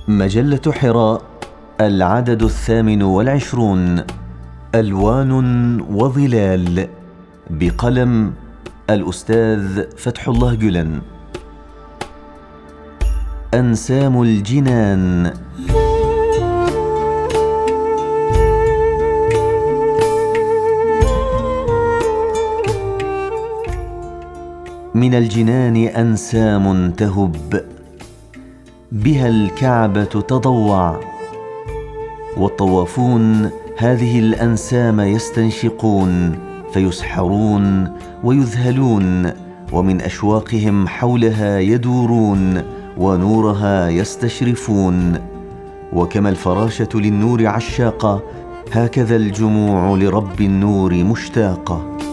مجلة حراء، العدد 28. ألوان وظلال، بقلم الأستاذ فتح الله جلن. أنسام الجنان. من الجنان أنسام تهب، بها الكعبة تضوع، والطوافون هذه الأنسام يستنشقون فيسحرون ويذهلون، ومن أشواقهم حولها يدورون ونورها يستشرفون. وكما الفراشة للنور عشاقة، هكذا الجموع لرب النور مشتاقة.